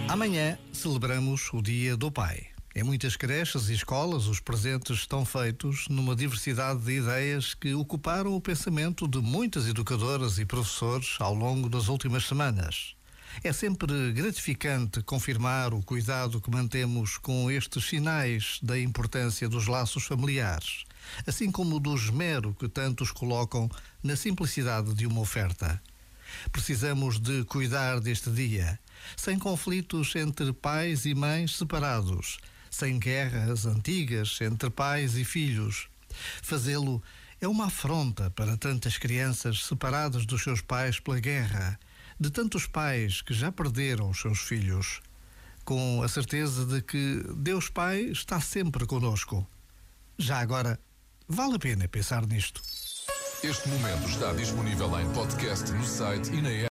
Amanhã celebramos o Dia do Pai. Em muitas creches e escolas, os presentes estão feitos numa diversidade de ideias que ocuparam o pensamento de muitas educadoras e professores ao longo das últimas semanas. É sempre gratificante confirmar o cuidado que mantemos com estes sinais da importância dos laços familiares, assim como do esmero que tantos colocam na simplicidade de uma oferta. Precisamos de cuidar deste dia, sem conflitos entre pais e mães separados, sem guerras antigas entre pais e filhos. Fazê-lo é uma afronta para tantas crianças separadas dos seus pais pela guerra, de tantos pais que já perderam os seus filhos, com a certeza de que Deus Pai está sempre conosco. Já agora, vale a pena pensar nisto. Este momento está disponível em podcast no site e na app.